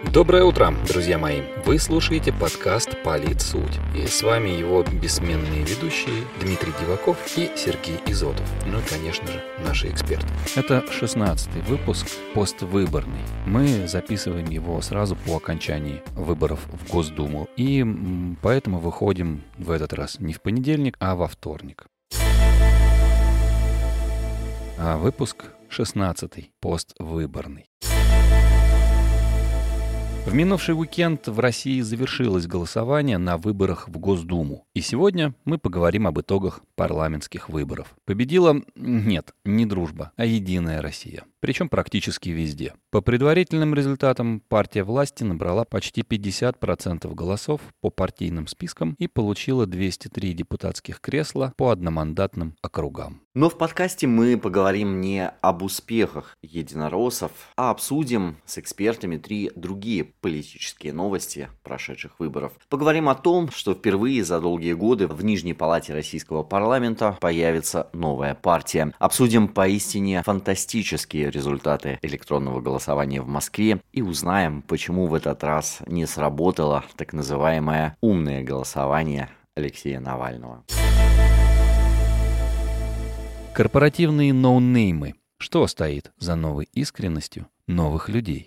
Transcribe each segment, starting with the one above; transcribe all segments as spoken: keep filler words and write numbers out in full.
Доброе утро, друзья мои! Вы слушаете подкаст «Политсуть». И с вами его бессменные ведущие Дмитрий Диваков и Сергей Изотов. Ну и, конечно же, наши эксперты. Это шестнадцатый выпуск поствыборный. Мы записываем его сразу по окончании выборов в Госдуму. И поэтому выходим в этот раз не в понедельник, а во вторник. А выпуск шестнадцатый, поствыборный. В минувший уикенд в России завершилось голосование на выборах в Госдуму. И сегодня мы поговорим об итогах парламентских выборов. Победила, нет, не дружба, а Единая Россия. Причем практически везде. По предварительным результатам партия власти набрала почти пятьдесят процентов голосов по партийным спискам и получила двести три депутатских кресла по одномандатным округам. Но в подкасте мы поговорим не об успехах единороссов, а обсудим с экспертами три другие политические новости прошедших выборов. Поговорим о том, что впервые за долгие годы в Нижней палате российского парламента появится новая партия. Обсудим поистине фантастические результаты электронного голосования в Москве и узнаем, почему в этот раз не сработало так называемое умное голосование Алексея Навального. Корпоративные ноунеймы. Что стоит за новой искренностью новых людей?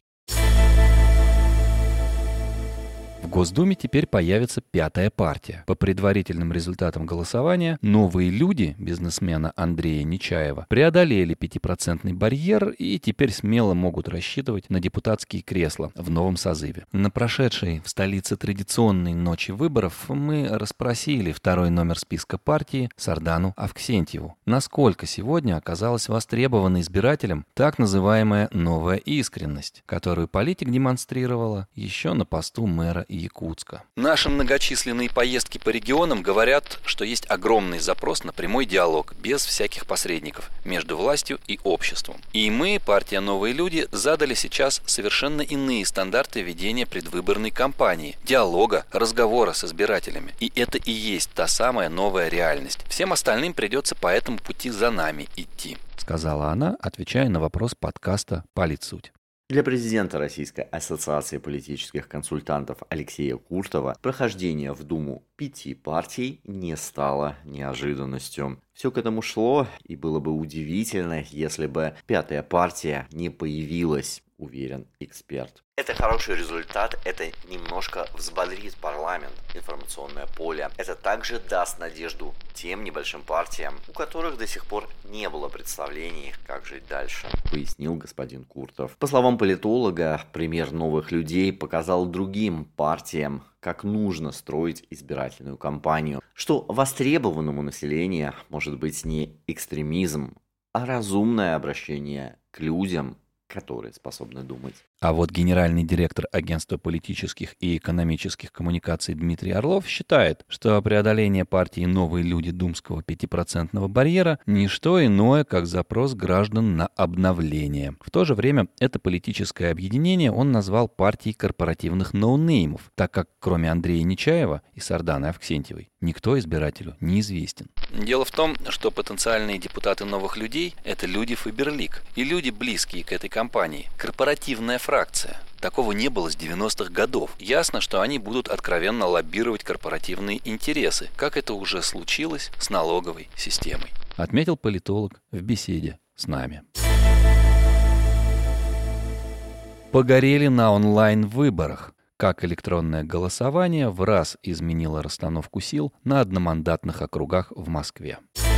В Госдуме теперь появится пятая партия. По предварительным результатам голосования, новые люди бизнесмена Андрея Нечаева преодолели пятипроцентный барьер и теперь смело могут рассчитывать на депутатские кресла в новом созыве. На прошедшей в столице традиционной ночи выборов мы расспросили второй номер списка партии Сардану Авксентьеву, насколько сегодня оказалась востребована избирателям так называемая новая искренность, которую политик демонстрировала еще на посту мэра Якутска. Наши многочисленные поездки по регионам говорят, что есть огромный запрос на прямой диалог, без всяких посредников, между властью и обществом. И мы, партия «Новые люди», задали сейчас совершенно иные стандарты ведения предвыборной кампании, диалога, разговора с избирателями. И это и есть та самая новая реальность. Всем остальным придется по этому пути за нами идти, сказала она, отвечая на вопрос подкаста «Политсуть». Для президента Российской ассоциации политических консультантов Алексея Куртова прохождение в Думу пяти партий не стало неожиданностью. Все к этому шло, и было бы удивительно, если бы пятая партия не появилась, уверен эксперт. Это хороший результат, это немножко взбодрит парламент, информационное поле. Это также даст надежду тем небольшим партиям, у которых до сих пор не было представлений, как жить дальше, пояснил господин Куртов. По словам политолога, пример новых людей показал другим партиям, как нужно строить избирательную кампанию, что востребованному населению может быть не экстремизм, а разумное обращение к людям, которые способны думать. А вот генеральный директор Агентства политических и экономических коммуникаций Дмитрий Орлов считает, что преодоление партии «Новые люди» думского пятипроцентного барьера – не что иное, как запрос граждан на обновление. В то же время это политическое объединение он назвал партией корпоративных ноунеймов, так как кроме Андрея Нечаева и Сарданы Авксентьевой никто избирателю не известен. Дело в том, что потенциальные депутаты «Новых людей» — это люди Фаберлик и люди, близкие к этой компании. Корпоративная фракция. Такого не было с девяностых годов. Ясно, что они будут откровенно лоббировать корпоративные интересы, как это уже случилось с налоговой системой, отметил политолог в беседе с нами. Погорели на онлайн-выборах. Как электронное голосование в раз изменило расстановку сил на одномандатных округах в Москве.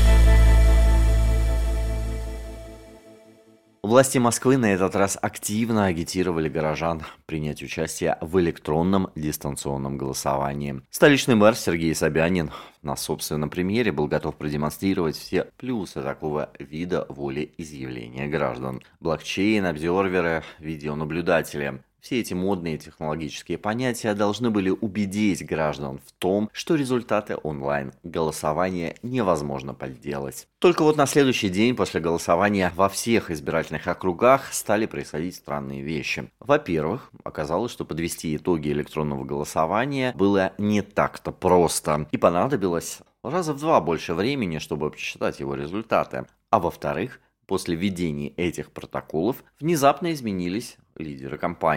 Власти Москвы на этот раз активно агитировали горожан принять участие в электронном дистанционном голосовании. Столичный мэр Сергей Собянин на собственном примере был готов продемонстрировать все плюсы такого вида волеизъявления граждан. Блокчейн, обзерверы, видеонаблюдатели. Все эти модные технологические понятия должны были убедить граждан в том, что результаты онлайн-голосования невозможно подделать. Только вот на следующий день после голосования во всех избирательных округах стали происходить странные вещи. Во-первых, оказалось, что подвести итоги электронного голосования было не так-то просто, и понадобилось раза в два больше времени, чтобы посчитать его результаты. А во-вторых, после введения этих протоколов внезапно изменились лидеры кампании.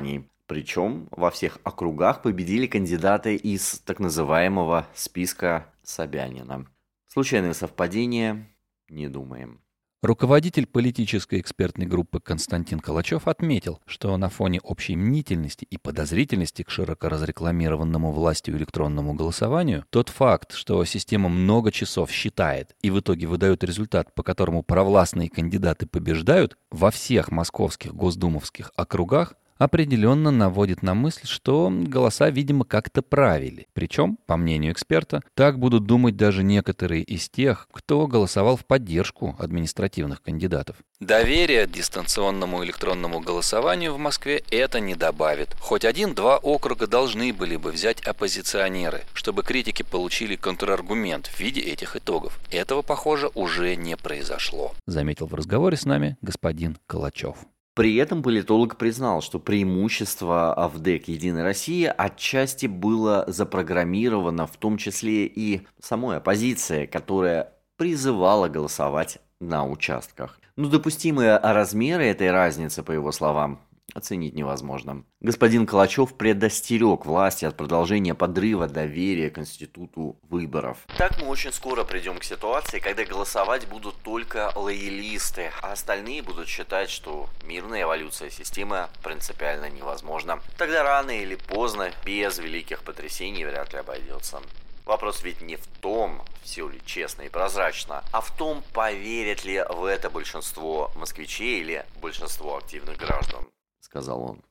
Причем во всех округах победили кандидаты из так называемого списка Собянина. Случайное совпадение? Не думаем. Руководитель политической экспертной группы Константин Калачев отметил, что на фоне общей мнительности и подозрительности к широко разрекламированному властью электронному голосованию, тот факт, что система много часов считает и в итоге выдает результат, по которому провластные кандидаты побеждают, во всех московских госдумовских округах, определенно наводит на мысль, что голоса, видимо, как-то правили. Причем, по мнению эксперта, так будут думать даже некоторые из тех, кто голосовал в поддержку административных кандидатов. Доверия дистанционному электронному голосованию в Москве это не добавит. Хоть один-два округа должны были бы взять оппозиционеры, чтобы критики получили контраргумент в виде этих итогов. Этого, похоже, уже не произошло, заметил в разговоре с нами господин Калачев. При этом политолог признал, что преимущество АВДЭК «Единой России» отчасти было запрограммировано в том числе и самой оппозицией, которая призывала голосовать на участках. Но допустимые размеры этой разницы, по его словам, оценить невозможно. Господин Калачев предостерег власти от продолжения подрыва доверия к институту выборов. Так мы очень скоро придем к ситуации, когда голосовать будут только лоялисты, а остальные будут считать, что мирная эволюция системы принципиально невозможна. Тогда рано или поздно, без великих потрясений вряд ли обойдется. Вопрос ведь не в том, все ли честно и прозрачно, а в том, поверят ли в это большинство москвичей или большинство активных граждан, сказал он.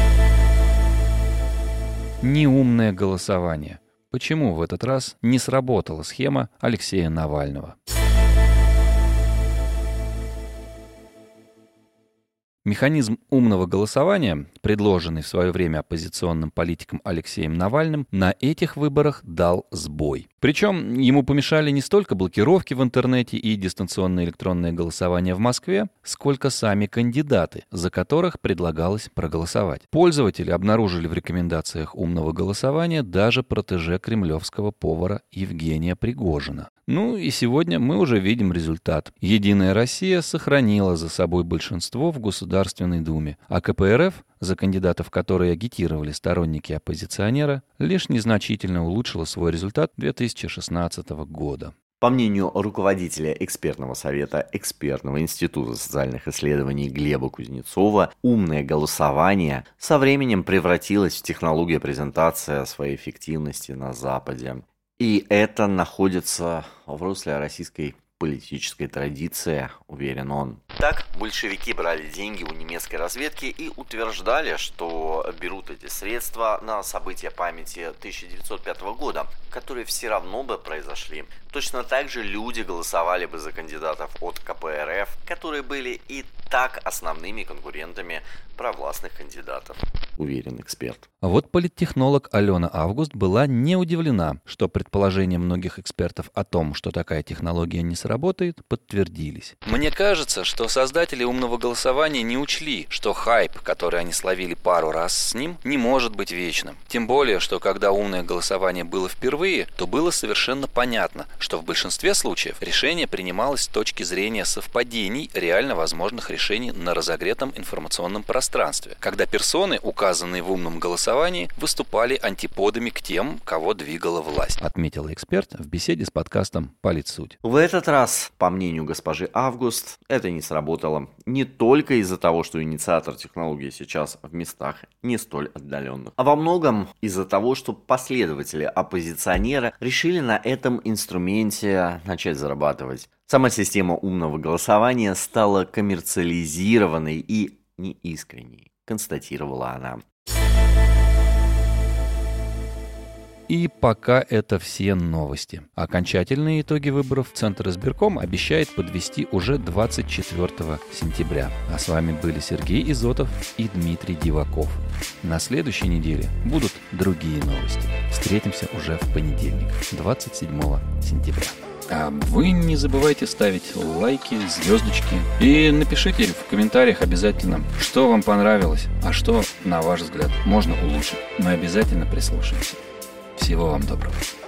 Неумное голосование. Почему в этот раз не сработала схема Алексея Навального? Механизм умного голосования, предложенный в свое время оппозиционным политиком Алексеем Навальным, на этих выборах дал сбой. Причем ему помешали не столько блокировки в интернете и дистанционное электронное голосование в Москве, сколько сами кандидаты, за которых предлагалось проголосовать. Пользователи обнаружили в рекомендациях умного голосования даже протеже кремлевского повара Евгения Пригожина. Ну и сегодня мы уже видим результат. «Единая Россия» сохранила за собой большинство в Государственной Думе, а ка пэ эр эф, за кандидатов, которые агитировали сторонники оппозиционера, лишь незначительно улучшила свой результат две тысячи шестнадцатого года. По мнению руководителя экспертного совета Экспертного института социальных исследований Глеба Кузнецова, умное голосование со временем превратилось в технологию презентации своей эффективности на Западе. И это находится в русле российской политической традиции, уверен он. Так, большевики брали деньги у немецкой разведки и утверждали, что берут эти средства на события памяти тысяча девятьсот пятого года, которые все равно бы произошли. Точно так же люди голосовали бы за кандидатов от ка пэ эр эф, которые были и так основными конкурентами провластных кандидатов, уверен эксперт. А вот политтехнолог Алена Август была не удивлена, что предположения многих экспертов о том, что такая технология не сработает, подтвердились. Мне кажется, что создатели умного голосования не учли, что хайп, который они словили пару раз с ним, не может быть вечным. Тем более, что когда умное голосование было впервые, то было совершенно понятно, что в большинстве случаев решение принималось с точки зрения совпадений реально возможных решений на разогретом информационном пространстве, когда персоны, указанные в умном голосовании, выступали антиподами к тем, кого двигала власть, отметила эксперт в беседе с подкастом «Политсуть». В этот раз, по мнению госпожи Август, это не сработало не только из-за того, что инициатор технологии сейчас в местах не столь отдаленных, а во многом из-за того, что последователи оппозиционера решили на этом инструменте начать зарабатывать. Сама система умного голосования стала коммерциализированной и неискренней, констатировала она. И пока это все новости. Окончательные итоги выборов Центр избирком обещает подвести уже двадцать четвёртого сентября. А с вами были Сергей Изотов и Дмитрий Диваков. На следующей неделе будут другие новости. Встретимся уже в понедельник, двадцать седьмого сентября. А вы не забывайте ставить лайки, звездочки и напишите в комментариях обязательно, что вам понравилось, а что, на ваш взгляд, можно улучшить. Мы обязательно прислушаемся. Всего вам доброго.